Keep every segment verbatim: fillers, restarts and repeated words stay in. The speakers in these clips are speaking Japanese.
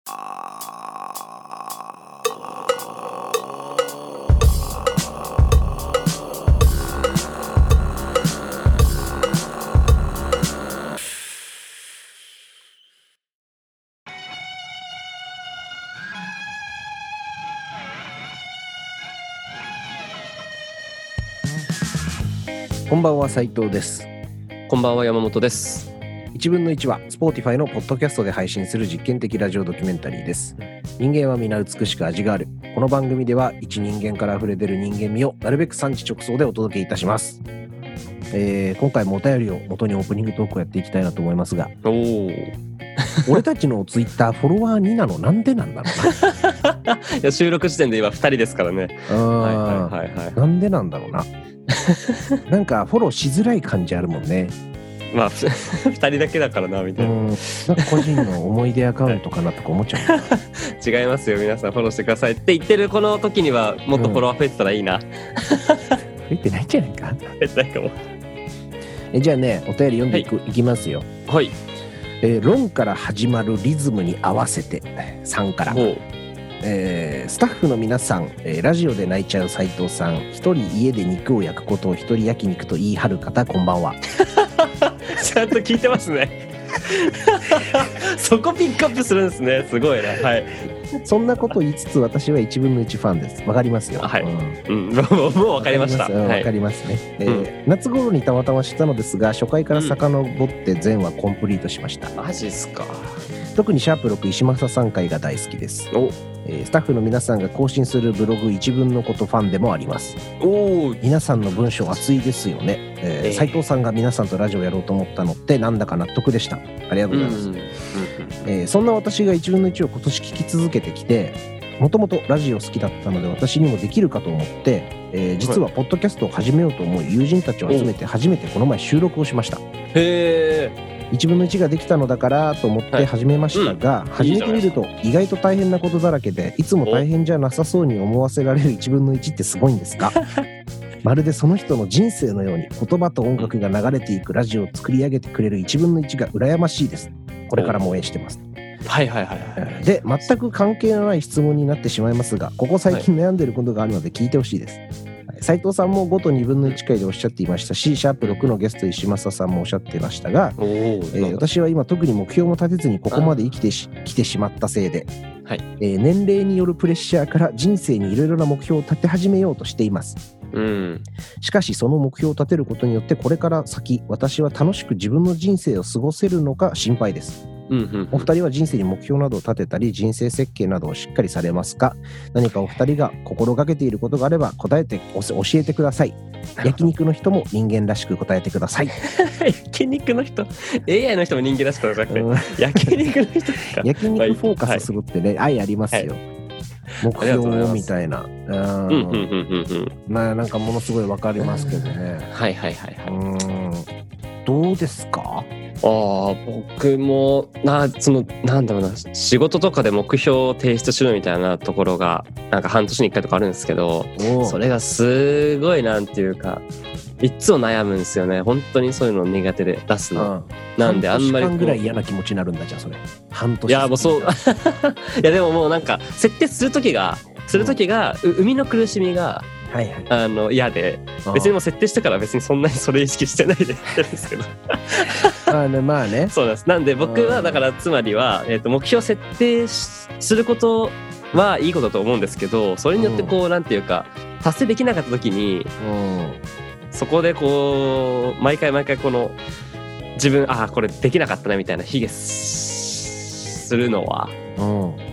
こんばんは、斉藤です。 こんばんは、山本です。 いちぶんのいちは Spotify のポッドキャストで配信する実験的ラジオドキュメンタリーです。人間は皆美しく味がある。この番組では一人間から溢れ出る人間味をなるべく産地直送でお届けいたします。えー、今回もお便りを元にオープニングトークをやっていきたいなと思いますが、 おー俺たちのツイッターフォロワーになのなんでなんだろうな。 いや収録時点で今ふたりですからね。 あ、 はいはいはいはい、 なんでなんだろうな。なんかフォローしづらい感じあるもんね。 まあふたりだけだからなみたいな。うん、 なんか個人の思い出アカウントかなとか思っちゃう。違いますよ、皆さんフォローしてくださいって言ってるこの時にはもっとフォロワー増えてたらいいな。うん、増えてないんじゃないか。 増えてないかも。 えじゃあね、お便り読んでいく、はい、いきますよ。 はい。 えー、論から始まるリズムに合わせてさんから。えー、スタッフの皆さん、えー、ラジオで泣いちゃう斉藤さん、一人家で肉を焼くことを一人焼肉と言い張る方、こんばんは。 ちゃんと聞いてますね。そこピックアップするんですね。すごいね。はい。 そんなこと言いつつ私はいちぶんのいちファンです。わかりますよ。 はい。 うん、 うん、もうもうわかりました。 わかりますね。はい、えーうん、夏頃にたまたま知ったのですが、初回から遡って全話コンプリートしました。 うん、マジっすか。特にシャープろく石政さん回が大好きです。 おえー、スタッフの皆さんが更新するブログ一文のことファンでもあります。お皆さんの文章熱いですよね。えーえー、斉藤さんが皆さんとラジオやろうと思ったのってなんだか納得でした。ありがとうございます。うんうんうん、えー、そんな私が一分のいちを今年聞き続けてきて、もともとラジオ好きだったので私にもできるかと思って、えー、実はポッドキャストを始めようと思い友人たちを集めて初めてこの前収録をしました。 へー、 いちぶんのいちができたのだからと思って始めましたが、はい、うん、始めてみると意外と大変なことだらけで、いつも大変じゃなさそうに思わせられるいちぶんのいちってすごいんですか。まるでその人の人生のように言葉と音楽が流れていくラジオを作り上げてくれるいちぶんのいちが羨ましいです。これからも応援してます。 はいはいはい、はい、 で、全く関係のない質問になってしまいますが、ここ最近悩んでいることがあるので聞いてほしいです。はい、斉藤さんもごとにぶんのいち回でおっしゃっていましたし、シャープろくのゲスト石政さんもおっしゃっていましたが、えー、私は今特に目標も立てずにここまで生きてしきてしまったせいで、はい、えー、年齢によるプレッシャーから人生にいろいろな目標を立て始めようとしています。うん、しかしその目標を立てることによってこれから先私は楽しく自分の人生を過ごせるのか心配です。うんうんうん、お二人は人生に目標などを立てたり人生設計などをしっかりされますか？何かお二人が心がけていることがあれば答えて教えてください。焼肉の人も人間らしく答えてください。 焼肉の人 エーアイ の人も人間らしく答えて、うん、焼肉の人か。 焼肉フォーカスするってね、はい、愛ありますよ、はい、目標みたいな。まあなんかものすごいわかりますけどね。 はいはいはいはい。うん、 どうですか？ ああ、僕もな、そのなんだろうな、仕事とかで目標を提出しろみたいなところがなんか半年にいっかいとかあるんですけど、それがすごいなんていうかいつも悩むんですよね。本当にそういうの苦手で出すの。なんであんまり半年間ぐらい嫌な気持ちになるんだ。じゃあそれ半年。 いやもうそう。いやでももうなんか設定する時がする時が、うん、生みの苦しみが。はいはい、あの嫌で、別にもう設定してから別にそんなにそれ意識してないでやってるんですけど。 まあね、まあね。 そうなんです。なんで僕はだからつまりは、えーと、目標設定することはいいことだと思うんですけど、それによってこう、うん、なんていうか達成できなかった時に、うん、そこでこう毎回毎回この自分あこれできなかったなみたいな卑下するのは、うん、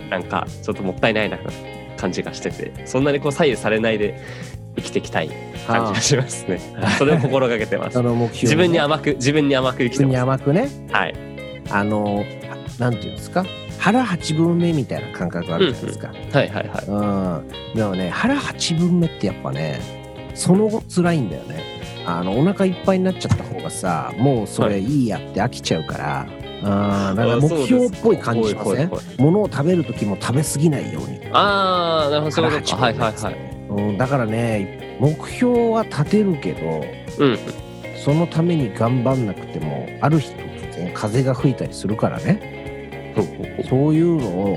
なんかちょっともったいないな感じがしてて、そんなにこう左右されないで生きていきたい感じがしますね。それを心がけてます。あの目標、ね、自分に甘く自分に甘く生きてます。自分に甘くね。はい。あのなんていうんですか、腹八分目みたいな感覚があるじゃないですか。うんうん、はいはいはい。うん。でもね、腹八分目ってやっぱね、その後辛いんだよね。あのお腹いっぱいになっちゃった方がさ、もうそれいいやって飽きちゃうから。はい、あなんか目標っぽい感じしません？物を食べる時も食べ過ぎないように。 ああ、なるほど、そういうことか。はいはいはい。 うん、だからね、目標は立てるけど、うん、そのために頑張んなくてもある日突然風が吹いたりするからね。そういうのを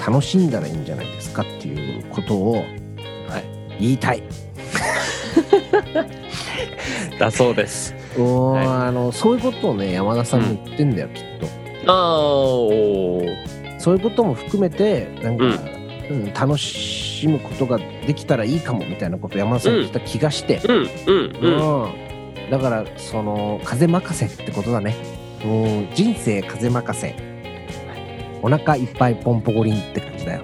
楽しんだらいいんじゃないですかっていうことを言いたい、 はい、だそうです。 お、はい、あのそういうことをね山田さんに言ってんだよ、うん、きっと。 あおそういうことも含めてなんか、うんうん、楽しむことができたらいいかもみたいなことを山田さんに言った気がして、 うんうんうんうん、 だからその風任せってことだね。もう人生風任せ、お腹いっぱいポンポコリンって感じだよ。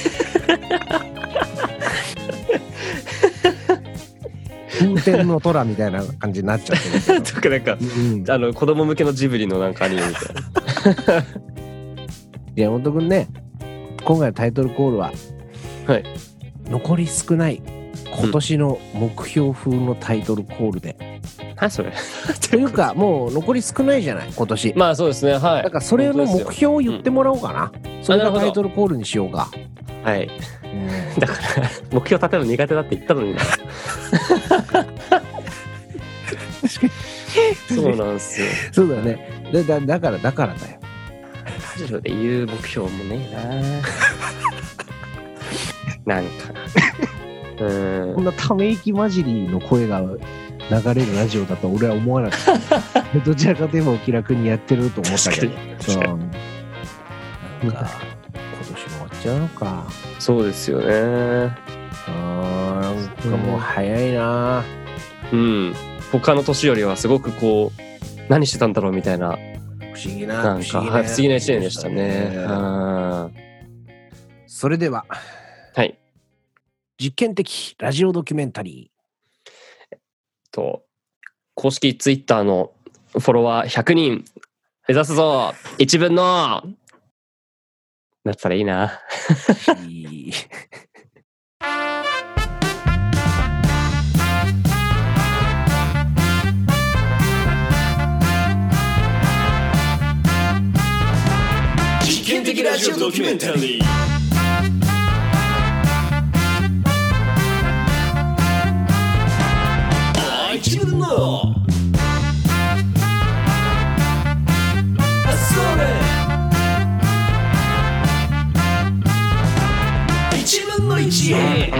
風天の虎みたいな感じになっちゃってる。 とかなんか、うん、あの子供向けのジブリのなんかアニメみたいな。 山本くんね、今回のタイトルコールは、 はい、 残り少ない今年の目標風のタイトルコールで。 何、うん、それというかもう残り少ないじゃない今年。 まあそうですね、はい。 だからそれの目標を言ってもらおうかな、うん、それがタイトルコールにしようか。 はい、うん、だから目標立てるの苦手だって言ったのにな。そうなんですよ。 そうだね。だ, だ, だからだからだよ。 ラジオで言う目標もねえな。なんかうん、 こんなため息混じりの声が流れるラジオだと俺は思わなかった。どちらかといえばお気楽にやってると思ったけど。そう。なんか今年も終わっちゃうのか。 そうですよね。 あー、なんかもう早いな。 うん。他の年よりはすごくこう何してたんだろうみたいな。 不思議な、 なんか不思議な一年でしたね。あ、 それでは、 はい、 実験的ラジオドキュメンタリー、 えっと公式ツイッターのフォロワーひゃくにん目指すぞ、一分のなったらいいな。 実験的ラジオドキュメンタリー。あ、一分のあ、それ一分の一。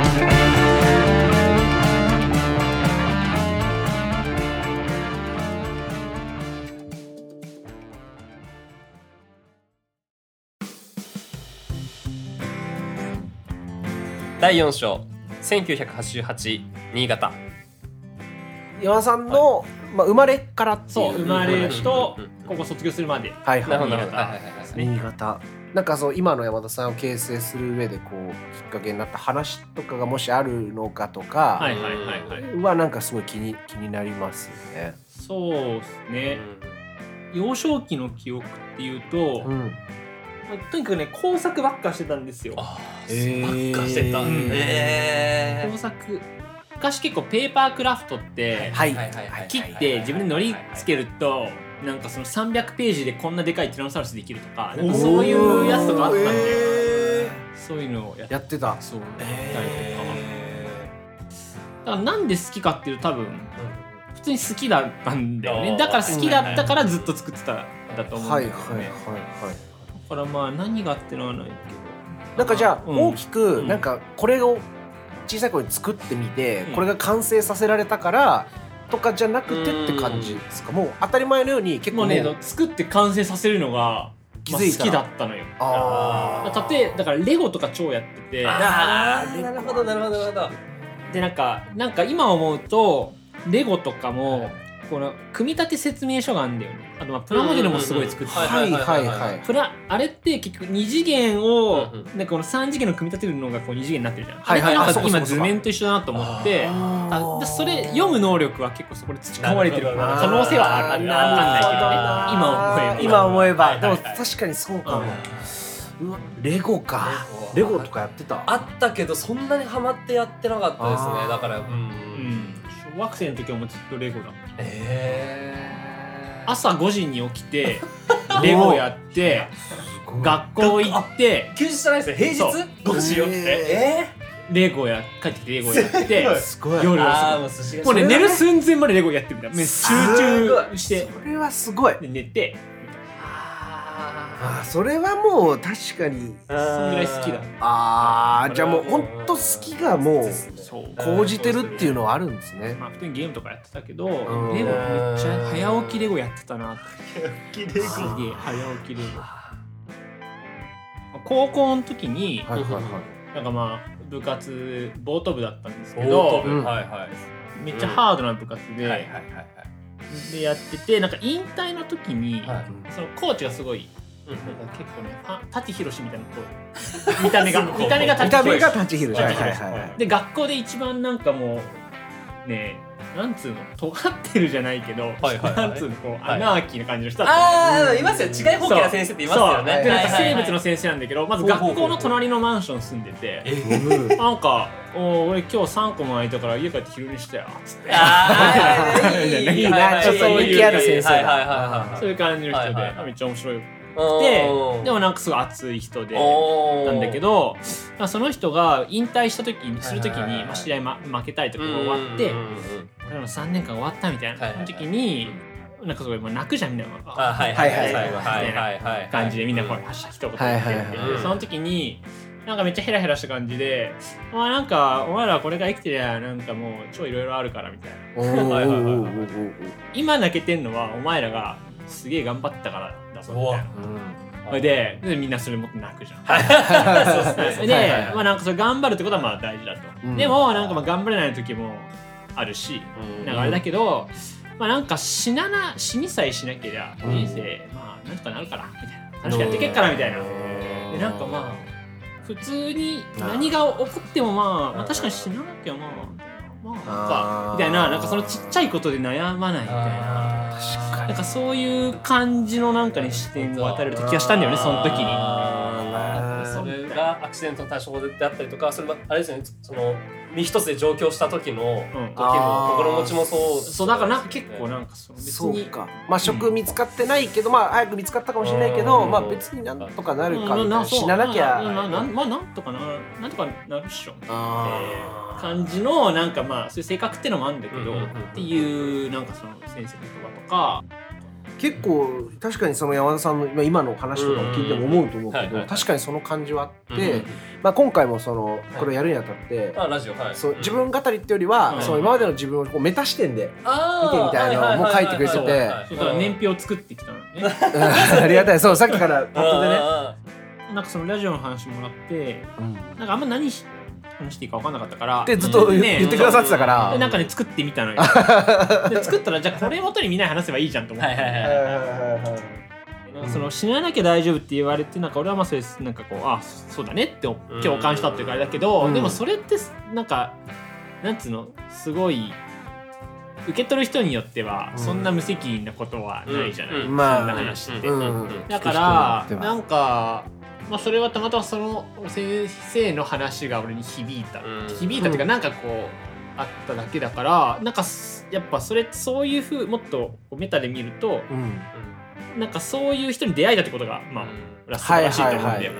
だいよん章せんきゅうひゃくはちじゅうはち新潟。 山田さんの、はい、まあ、生まれからっていう。 そう、生まれとここ卒業するまで。 はいはい、 新潟。新潟。なんかそう今の山田さんを形成する上でこうきっかけになった話とかがもしあるのかとか、 はいはいはいはい。 はなんかすごい気に気になりますね。 そうですね。幼少期の記憶っていうと。うん、とにかくね工作ばっかしてたんですよ。 あ、えー、ばっかしてた、うん、 えー、工作昔結構ペーパークラフトって切って自分で糊つけるとなんかそのさんびゃくページでこんなでかいティラノサウルスできるとか、なんかそういうやつとかあったんで、えー、そういうのを や, やってた。 そうやったりとか、えー、だからなんで好きかっていうと多分普通に好きだったんだよね。だから好きだったからずっと作ってたんだと思うんだよね。はいはいはいはい。だからまあ何がってのはないけど、 なんかじゃあ大きくなんかこれを小さい頃に作ってみて、うん、これが完成させられたからとかじゃなくてって感じですか。もう当たり前のように結構もうね作って完成させるのがまあ、好きだったのよ。ああ。例えだからレゴとか超やってて。 ああ、なるほどなるほどなるほど。 でなんかなんか今思うとレゴとかもこの組み立て説明書があるんだよね。あとまあプラモデルもすごい作ってて、 はいはいはい。 プラあれって結局に次元をなんかこのさん次元の組み立てるのがこうに次元になってるじゃん。はいはいはい。今図面と一緒だなと思って、あそれ読む能力は結構そこで培われてる可能性はある。分かんないけどね。今思えば。 今思えば。でも確かにそうかも。うわレゴか。レゴとかやってた。 あったけどそんなにハマってやってなかったですね。だからうん。 小学生の時はもうずっとレゴだ。 えー、 朝ごじに起きてレゴやって学校行って休日じゃないですね平日ごじ起きてえー、レゴや帰ってきてレゴやってすごい夜はもうね寝る寸前までレゴやってみた。集中してそれはすごいで寝てあそれはもう確かにそんぐらい好きだ。 ああじゃあもうほんと好きがもう講じてるっていうのはあるんですね。 まあ普通にゲームとかやってたけど、レゴめっちゃ早起きレゴやってたな。 早起きレゴすげえ早起きレゴ。高校の時に、 はいはいはい、 なんかまあ部活ボート部だったんですけど、 うんはいはい、 めっちゃハードな部活で、 うんはいはいはいはい、 でやってて、なんか引退の時に、 はい、 そのコーチがすごい、うん、なんか結構ね、舘ひろしみたいなこう見た目が見た目が舘ひろし、見た目が舘ひろし、はいはいはい。 で学校で一番なんかもうね。なんつうの尖ってるじゃないけど、はいはいはい、なんつうのこう、はい、アナーキーな感じの人だった、 ああ、いますよ。違い方形な先生っていますよね。 でなんか生物の先生なんだけど、まず学校の隣のマンション住んでて、なんかお俺今日さんこも空いたから家帰って昼寝したよつって。 ああいいな、ちょっと人気ある先生だ。 そういう感じの人で、めっちゃ面白い。で, でもなんかすごい熱い人でなんだけど、その人が引退した時にする時に、まあ、試合、ま、負けたりとかが終わって俺のさんねんかん終わったみたいな時になんかすごい泣くじゃんみんながはいはいはいはいみたいな感じでみんなこう一言言ってて、その時になんかめっちゃヘラヘラした感じで、まあなんかお前らこれが生きてりゃなんかもう超いろいろあるからみたいな今泣けてんのはお前らがすげえ頑張ったからだぞみたいな。それで、でみんなそれもって泣くじゃん。そうで、まあなんかそれ頑張るってことはまあ大事だと。うん、でもなんかまあ頑張れない時もあるし、うん、なんかあれだけど、まあなんか死なな死にさえしなけりゃ人生、うん、まあなんとかなるからみたいな。楽しくやっていけっからみたいな。でなんかまあ普通に何が起こってもまあ、まあ、確かに死ななきゃまあまあなんかみたいななんかそのちっちゃいことで悩まないみたいな。なんかそういう感じのなんかに視点を与える気がしたんだよね、その時に。 それがアクシデントの対処法であったりとか、それはあれですよね、その身一つで上京した時の、うん、時の心持ちもそう。 そうだからなんか結構なんかその別にそうか、まあ職見つかってないけど、うん、まあ早く見つかったかもしれないけど、まあ別になんとかなるかみたいな、死ななきゃななまあなんとかななんとかなるっしょって感じのなんかまあそういう性格ってのもあるんだけど、うんうんうん、っていうなんかその先生の言葉とか。 結構確かにその山田さんの今の話とかを聞いても思うと思うけど、確かにその感じはあって、うんうん、まあ、今回もそのこれをやるにあたって、 はい、ラジオ、はい、 そう自分語りってよりは、うん、その今までの自分をこうメタ視点で見てみたいなのも書いてくれてて、 年表を作ってきたのねありがたい。そうさっきからパッとでねなんかそのラジオの話もらって、うん、なんかあんま何し話していいか分かんなかったからでずっと言ってくださってたから、 でなんかね作ってみたのよで作ったらじゃあこれ元にみんなに話せばいいじゃんと思ってその死ななきゃ大丈夫って言われてなんか俺はまあそれなんかこうあそうだねって共感したっていうかあれだけど、うん、でもそれってなんかなんつうのすごい受け取る人によってはそんな無責任なことはないじゃない、うん、そんな話って、うんうん、だからなんかまあそれはたまたまその先生の話が俺に響いた、うん、響いたっていうかなんかこうあっただけだからなんかやっぱそれそういう風もっとメタで見ると、うん、なんかそういう人に出会えたってことがまあ俺は素晴らしいと思うんだよ。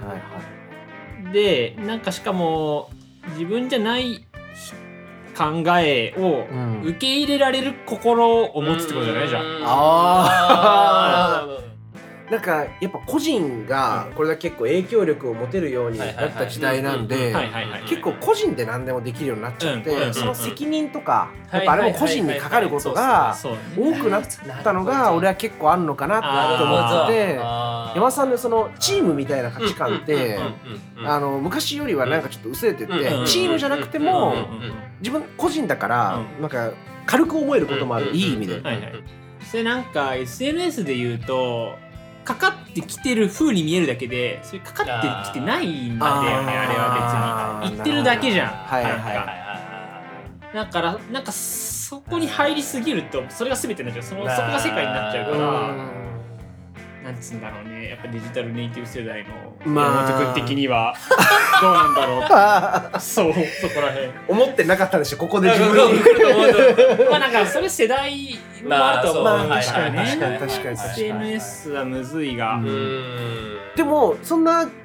でなんかしかも自分じゃない考えを受け入れられる心を持つってことじゃないじゃん。 ああ。なんかやっぱ個人がこれだけ結構影響力を持てるようになった時代なんで結構個人で何でもできるようになっちゃって、その責任とかやっぱあれも個人にかかることが多くなったのが俺は結構あるのかなと思ってて、山田さんのそのチームみたいな価値観ってあの昔よりはなんかちょっと薄れてて、チームじゃなくても自分個人だからなんか軽く思えることもある、いい意味で。 それなんか エスエヌエス で言うとかかってきてる風に見えるだけでそれかかってきてないんだね、あれは別に言ってるだけじゃん。はいはいはいだからなんかそこに入りすぎるとそれが全てになっちゃう、そのそこが世界になっちゃうからなんつうんだろうね、やっぱデジタルネイティブ世代の山本君的にはどうなんだろうそうそこら辺思ってなかったでしょここで自分にまあなんかそれ世代もあると思う、 まあ、確かに確かに確かにエスエヌエス はむずいが、うん、 でもそんな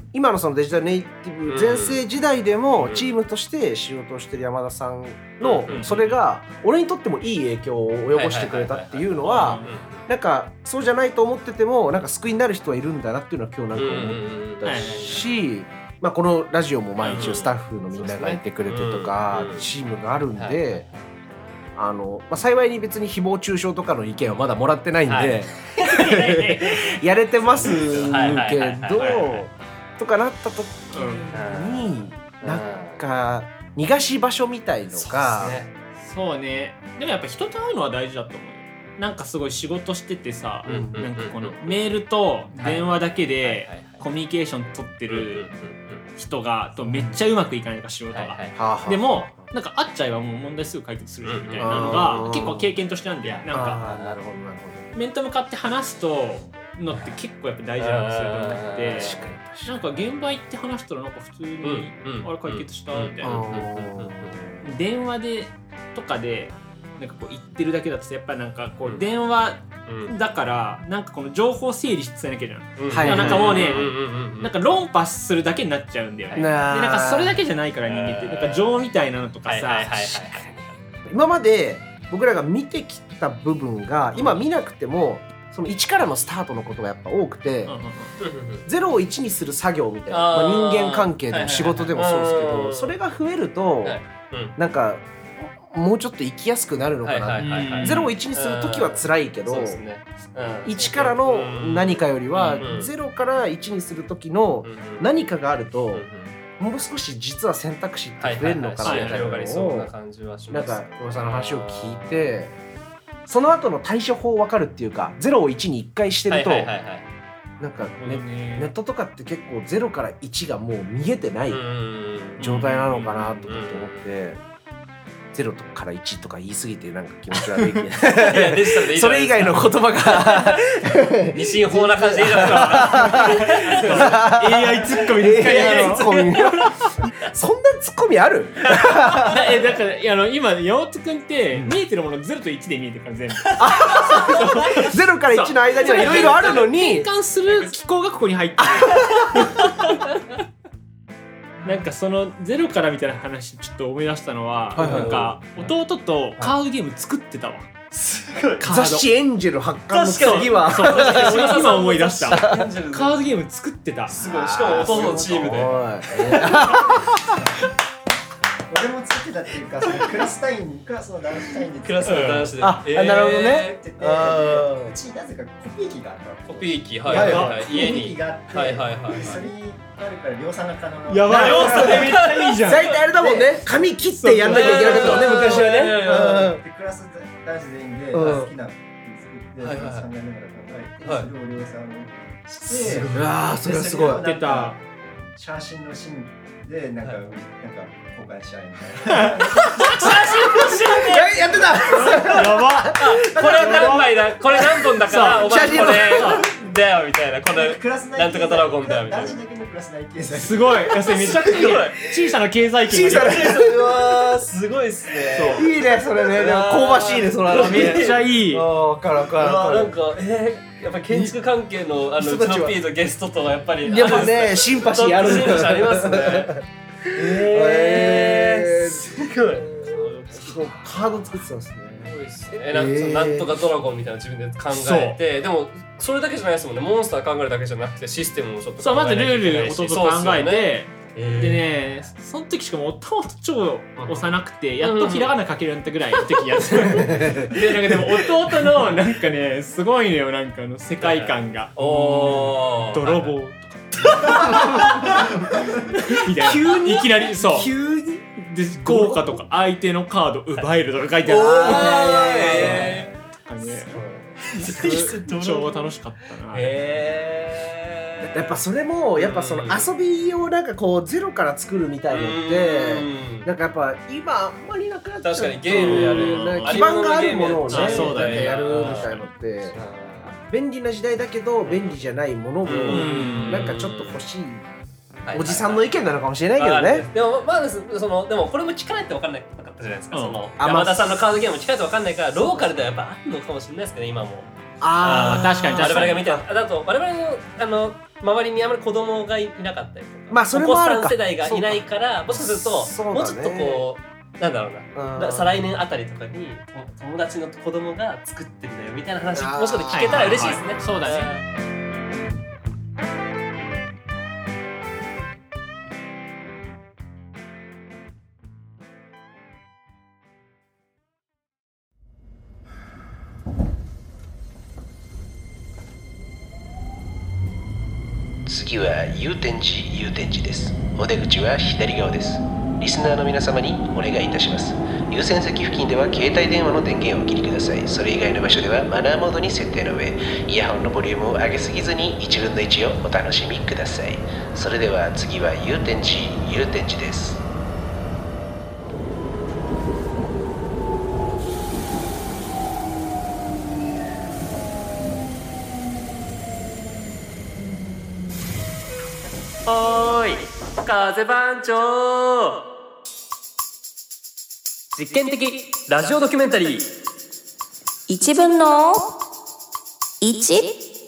今のそのデジタルネイティブ全盛時代でもチームとして仕事をしてる山田さんのそれが俺にとってもいい影響を及ぼしてくれたっていうのはなんかそうじゃないと思っててもなんか救いになる人はいるんだなっていうのは今日なんか思ったし、まあこのラジオもまあ一応スタッフのみんながいてくれてとかチームがあるんで、あのまあ幸いに別に誹謗中傷とかの意見はまだもらってないんでやれてますけどとかなった時になんか逃がし場所みたいのがそうね。でもやっぱ人と会うのは大事だと思う。なんかすごい仕事しててさ、なんかこのメールと電話だけでコミュニケーション取ってる人がとめっちゃうまくいかないか仕事が。でもなんか会っちゃえばもう問題すぐ解決するみたいなのが結構経験としてなんで、なんか面と向かって話すとのって結構やっぱ大事なんですよと思って、なんか現場行って話したらなんか普通にあれ解決したみたいな。電話でとかでなんかこう言ってるだけだとやっぱなんかこう電話だからなんかこの情報整理してなきゃじゃん、うん、なんかもうねなんか論破するだけになっちゃうんだよね。でなんかそれだけじゃないから人間ってなんか情みたいなのとかさ、 今まで僕らが見てきた部分が今見なくてもそのいちからのスタートのことがやっぱ多くて、ゼロをいちにする作業みたいな、まあ、人間関係でも仕事でもそうですけど、それが増えるとなんかもうちょっと生きやすくなるのかな。ゼロをいちにするときは辛いけど、いちからの何かよりはゼロからいちにするときの何かがあるともう少し実は選択肢って増えるのかなみたいなのをなんか小野さんの話を聞いて、その後の対処法分かるっていうか、ゼロをいちにいっかいしてるとなんかネットとかって結構ゼロからいちがもう見えてない状態なのかなとかって思って。ゼロからいちとか言い過ぎてなんか気持ち悪いけどそれ以外の言葉が二進法な感じでいいじゃないですか。 エーアイ ツッコミで使いやがる。 そんなツッコミあるえだからあの今山本くんって見えてるものゼロといちで見えてるから全部ゼロからいちの間にはいろいろあるのに変換する機構がここに入ってるなんかそのゼロからみたいな話ちょっと思い出したのは、はいはいはい、なんか弟とカードゲーム作ってたわ。 すごい。雑誌エンジェル発刊の次はそう今思い出したカードゲーム作ってた。 すごい。しかも弟のチームで俺も作ってたっていうか、そのクラス単位にクラスの男子単位でクラスの男子で、 あ、えー、なるほどね。 うちなぜかコピー機があった。 コピー機、はいはいはい、家に。 コピー機があって、 はいはいはい、 それにあるから量産が可能な。 やばい。量産でめっちゃいいじゃん。 大体あれだもんね。紙切ってやんなきゃいけなかったもんね、昔はね。 でクラス男子全員で好きな作ってさんねんめから考えて、それを量産して、 うわー、それはすごい。 出た。 写真のシーンでなんかなんか交換しちゃいみたいな。写真のシーンでやってた。 やば。 これ何枚だ、これ何本だからお前これだよみたいな、このなんとかドラゴンだよみたいな。 男子だけのクラス内計算。 すごい。めちゃくちゃ小さな経済圏。 小さな。 うわーすごいっすね。 いいねそれね。でも香ばしいねその。 めっちゃいい。 ああからから。 なんかえー。やっぱり建築関係のあのうちの P のゲストとはやっぱりやっぱねシンパシーある。 シンパシーありますね。えー、すごい。 すごいカード作ってたんですね。 すごいですね。えなんかそのなんとかドラゴンみたいな自分で考えて、でもそれだけじゃないですもんね。モンスター考えるだけじゃなくてシステムもちょっと考えないといけないし。そうまずルール弟考えて。 でね、 でね、その時しかも弟超幼くて、やっとひらがな書けるようになったぐらいの時やってた。で、なんかでも弟のなんかね、すごいのよ、なんかの世界観が。 おー。 泥棒とか。みたいな。急にいきなり、そう。 急にで、効果とか相手のカード奪えるとか書いてある。 えー。とかね。超楽しかったな。 へー。 やっぱそれもやっぱその遊びをなんかこうゼロから作るみたいのってなんかやっぱ今あんまりなくなっちゃう。 確かにゲームやる基盤があるものをねそうだねやるみたいのって便利な時代だけど便利じゃないものもなんかちょっと欲しいおじさんの意見なのかもしれないけどね。 でもまあそのでもこれも力って分かんなかったじゃないですか。その山田さんのカードゲームも力って分かんないからローカルではやっぱあるのかもしれないですけど今も。 ああ確かに確かに。 我々が見てだと我々のあの周りにあまり子供がいなかったりとか、 まあそれもあるか。 お子さん世代がいないからもしかするとそうだねもうちょっとこうなんだろううんな再来年あたりとかに友達の子供が作ってるんだよみたいな話あーもしかして聞けたら嬉しいですね。 はいはいはいそうだね。 次は祐天寺祐天寺です。お出口は左側です。リスナーの皆様にお願いいたします。優先席付近では携帯電話の電源をお切りください。それ以外の場所ではマナーモードに設定の上、イヤホンのボリュームを上げすぎずにいちぶんのいちをお楽しみください。それでは次は祐天寺祐天寺です。 おーい風番長実験的ラジオドキュメンタリー一分の一。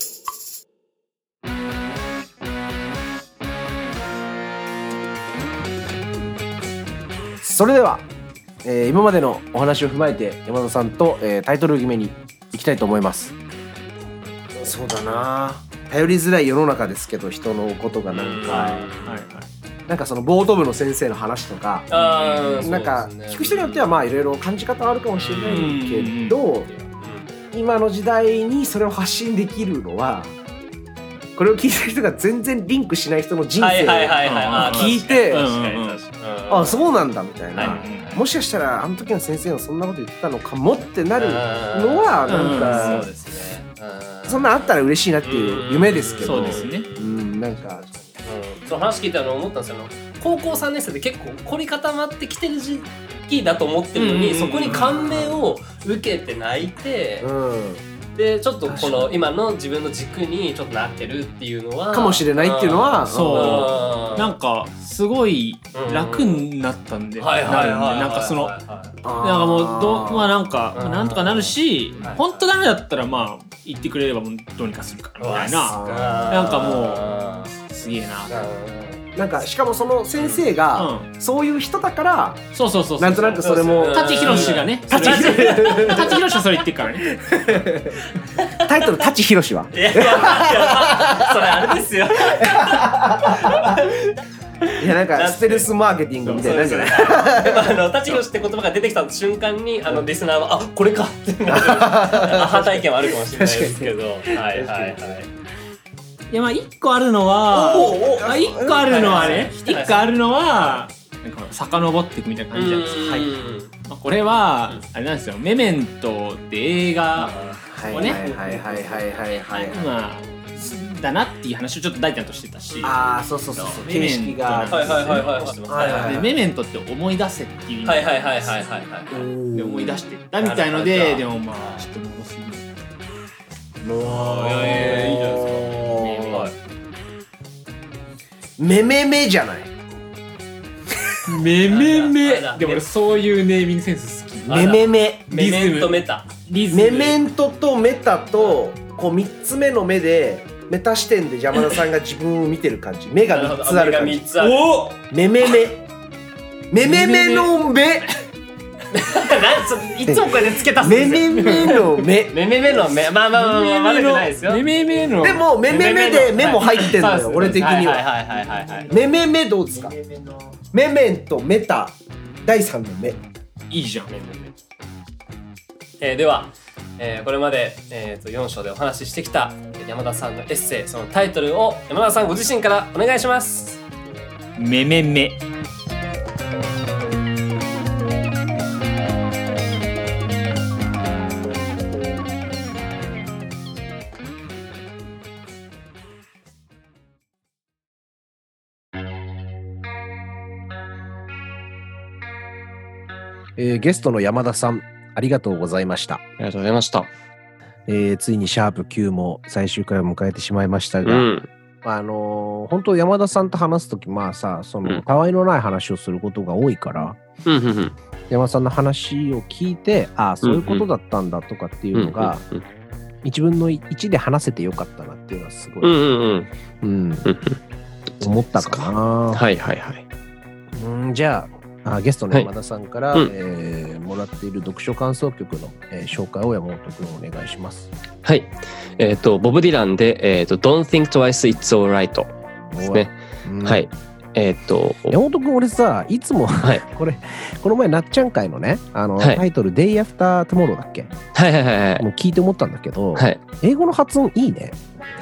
それでは、えー今までのお話を踏まえて山田さんと、えータイトル決めに行きたいと思います。そうだな、頼りづらい世の中ですけど人のことがなんか、 はいはい。 なんかそのボート部の先生の話とか、 あなんか聞く人によってはまあいろいろ感じ方はあるかもしれないけど、今の時代にそれを発信できるのはこれを聞いてる人が全然リンクしない人の人生を聞いて、あ、そうなんだみたいな、もしかしたらあの時の先生はそんなこと言ってたのかもってなるのはなんか、 そうですね、 そんなあったら嬉しいなっていう夢ですけど、 そうですね。 うん、なんかその話聞いたの思ったんですよ。高校さんねん生で結構凝り固まってきてる時期だと思ってるのに、そこに感銘を受けて泣いて、 うんでちょっとこの今の自分の軸にちょっとなってるっていうのはかもしれないっていうのは、 そう。なんかかすごい楽になったんで、 はいはいはいはい、 なんかその。 あーなんかもうどうまあなんかまあなんとかなるし、 はい本当ダメだったらまあ言ってくれればもうどうにかするからみたいな、 ななんかもうすげえな。 なんかしかもその先生がそういう人だから、 そうそうそうそう。 なんとなくそれもうん舘ひろしがね、 舘ひろ舘ひろしはそれ言ってるからね。 タイトル舘ひろしはいやいやいやそれあれですよ。 いやなんかステルスマーケティングみたいなんじゃない？ でもあの舘ひろしって言葉が出てきた瞬間にあのリスナーはあこれかってなるアハ体験はあるかもしれないですけど、はいはいはい。 いやまあ一個あるのは、あ一個あるのはね、一個あるのはなんか遡っていくみたいな感じじゃないですか。はい。まあこれはあれなんですよ。メメントって映画をね、 はいはいはいはいはいはい。 まあだなっていう話をちょっと大ちゃんとしてたし。 ああそうそうそうそう。 メメント形式が。 はいはいはいはい知ってます。はいはいでメメントって思い出せっていう意味はいはいはいはいはいはい。 で思い出してったみたいので、でもまあちょっと戻すのいやいやいやいいじゃないですか。 めめめじゃない。 めめめあでも俺そういうネーミングセンス好き。 めめめ。 メメントメタ。 リズムメメントとメタとこう三つ目の目でメタ視点で山田さんが自分を見てる感じ。目が三つある感じ。 目が三つある。 おめめめ。めめめの目。 いつもこれでつけたっすめめめの目。 めめめの目まあまあまあまあ悪くないですよ。 めめめのでもめめめで目も入ってんだよ、俺的には。 はいはいはいはいはい。 めめめどうですか？メメントメタ第三の目。 いいじゃん。 えー、では、えー、これまで、えー、とよん章でお話ししてきた山田さんのエッセイ、そのタイトルを山田さんご自身からお願いします。 めめめ。 えーゲストの山田さんありがとうございました。 ありがとうございました。 えーついにシャープきゅうも最終回を迎えてしまいましたが、 うん。 あのー本当山田さんと話すとき、まあさ、その、 うんたわいのない話をすることが多いから、 うんうんうん。 山田さんの話を聞いて、ああ、そういうことだったんだとかっていうのが、 うんいちぶんのいちで話せてよかったなっていうのはすごい、 うんうんうんうん、思ったかな。 はいはいはい。 うん、じゃあ、あゲストの山田さんから、はい、えー、もらっている読書感想曲の、えー、紹介を山本君お願いします。 はい。えっ、ー、と、ボブ・ディランで、えっ、ー、と、Don't Think Twice It's Alright ですね。うん、はい。えっ、ー、と、 山本君、俺さ、いつも、はい、これ、この前、なっちゃん会のね、あの、はい、タイトル、Day After Tomorrow だっけ？はいはいはいはい。もう聞いて思ったんだけど、はい、英語の発音いいね。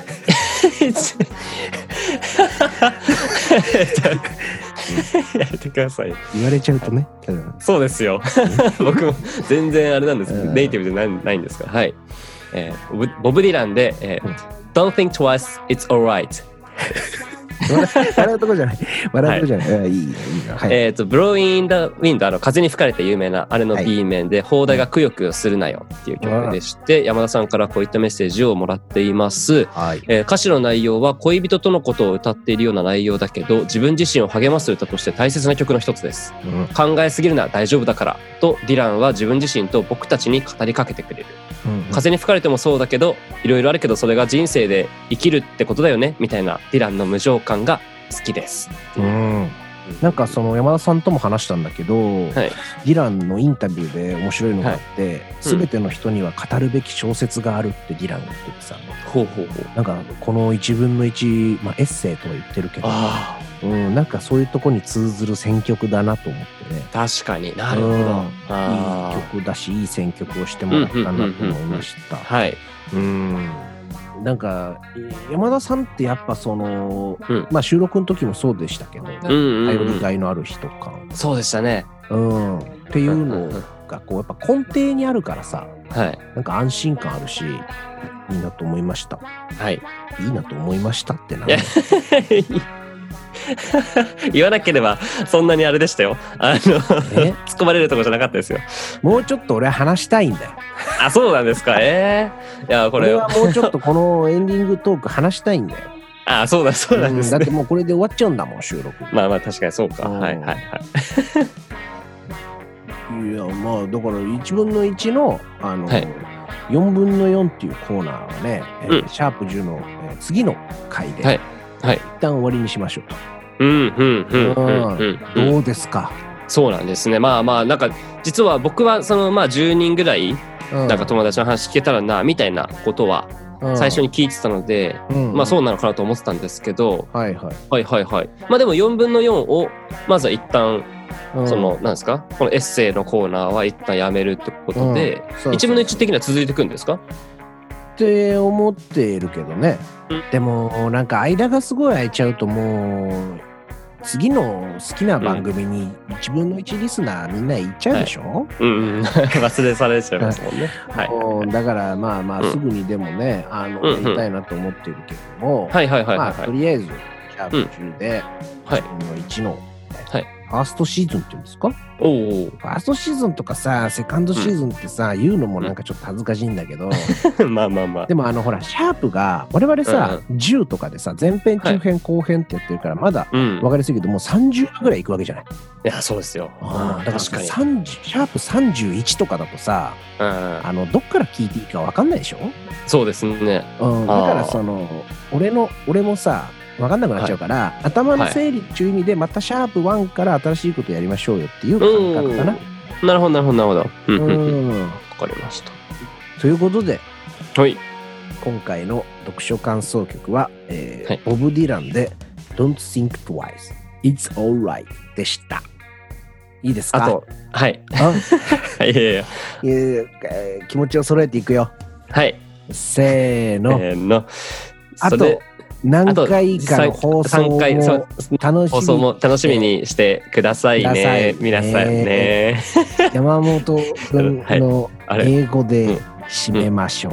やめてください。 言われちゃうとね。 そうですよ。僕も全然あれなんですけど、ネイティブじゃない、ないんですから。はい。えー、ボブ・ディランで、えー、Don't think twice, it's alright。 笑うとこじゃない。笑うとこじゃない。はい、いいね、いいな。はい、 えっ、ー、と、Blowing in the Wind、あの風に吹かれて有名なあれの B 面で、放題がくよくよするなよっていう曲でして、山田さんからこういったメッセージをもらっています。はい、えー、歌詞の内容は恋人とのことを歌っているような内容だけど、自分自身を励ます歌として大切な曲の一つです。うん、考えすぎるな、大丈夫だからと、ディランは自分自身と僕たちに語りかけてくれる。うんうん、風に吹かれてもそうだけど、いろいろあるけどそれが人生で生きるってことだよねみたいなディランの無情感が好きです。 うん、なんかその山田さんとも話したんだけど、はい、ディランのインタビューで面白いのがあって、はい、全ての人には語るべき小説があるってディランが言っててさ、ほうほうほう、なんかこのいちぶんのいち、まあ、エッセイとは言ってるけど、うん、なんかそういうとこに通ずる選曲だなと思ってね。 確かになるほど、うん、いい曲だしいい選曲をしてもらったなと思いました。はい、うん、なんか山田さんってやっぱその、うん、まあ収録の時もそうでしたけど、頼りがいのある人感、 そうでしたね、 うん、っていうのがこうやっぱ根底にあるからさ、はい、なんか安心感あるしいいなと思いました。はい、いいなと思いましたってな言わなければそんなにあれでしたよ。あの突っ込まれるとこじゃなかったですよ。 もうちょっと俺は話したいんだよ。 あ、そうなんですか。ええー、いやこれ俺はもうちょっとこのエンディングトーク話したいんだよ。 あ、そうだそうなんです、ね、 だってもうこれで終わっちゃうんだもん収録。 まあまあ確かにそうか。はいはいはい。 いやまあだからいちぶんのいちのあの、はい、よんぶんのよんっていうコーナーはね、うん、シャープじゅうの、えー、次の回で、はいはい、一旦終わりにしましょうと。うんうんうんうんうん。どうですか。 そうなんですね。まあまあなんか実は僕はそのまあじゅうにんぐらいなんか友達の話聞けたらなみたいなことは最初に聞いてたので、うんうん、まあそうなのかなと思ってたんですけど、はいはいはいはいはい。まあでもよんぶんのよんをまずは一旦そのなんですか、このエッセイのコーナーは一旦やめるってことで、いちぶんのいち的には続いていくんですかって思っているけどね。でもなんか間がすごい空いちゃうともう次の好きな番組にいちぶんのいちリスナーみんな行っちゃうでしょ、はい、うんうん忘れされちゃいますもんね、はい、 だからまあまあすぐにでもね、うん、あのやりたいなと思ってるけども、はいはいはいはい、まあとりあえずシャープじゅうでいちぶんのいちの、はい、ファーストシーズンっていうんですか。おうおう、ファーストシーズンとかさセカンドシーズンってさ、うん、言うのもなんかちょっと恥ずかしいんだけど、うん、まあまあまあでもあのほらシャープが我々さ、うん、じゅうとかでさ前編中編、はい、後編ってやってるからまだ分かりやすいけど、もうさんじゅうぐらいいくわけじゃない。 いやそうですよ。 あだからシャープさんじゅういちとかだとさ、うん、あのどっから聞いていいか分かんないでしょ。 そうですね、 うん、だからその俺の俺もさ分かんなくなっちゃうから、はい、頭の整理っていう意味でまたシャープワンから新しいことやりましょうよっていう感覚かな。 なるほどなるほどなるほど。うん分かりました。 ということで、はい、今回の読書感想曲は、えーはい、ボブ・ディランで Don't think twice It's alright でした。いいですか。 あとはいあいやいやいやえー、気持ちを揃えていくよ。 はいせーの、 せーのあと何回かの放送も楽しみ、放送も楽しみにしてくださいね、皆さんね。 山本君の英語で締めましょ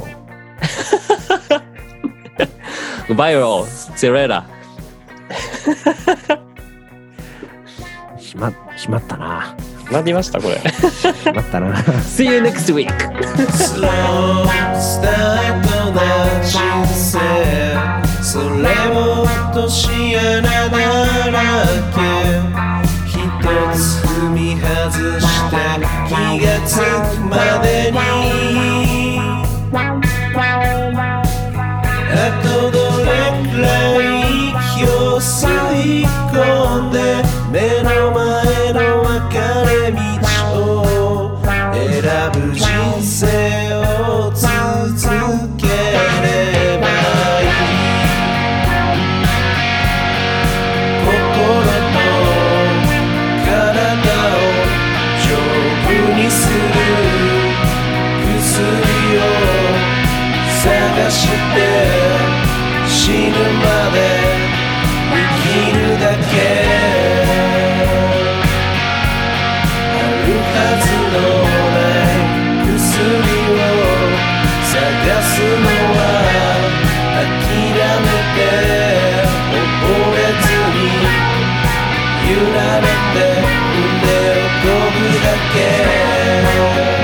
う。バイロー、セレラ。 しま、しまったな。 なりましたこれ。 しまったな。 See you next week. Slow start の人生。それも落とし穴だらけ。一つ踏み外して気がつくまでにい込んで目の前の分かれ道を選ぶ人生を続ければいい。心と体を丈夫にする薬を探して死ぬまで生きるだけあるはずのない薬を探すのは諦めて溺れずに揺られて腕をこぐだけ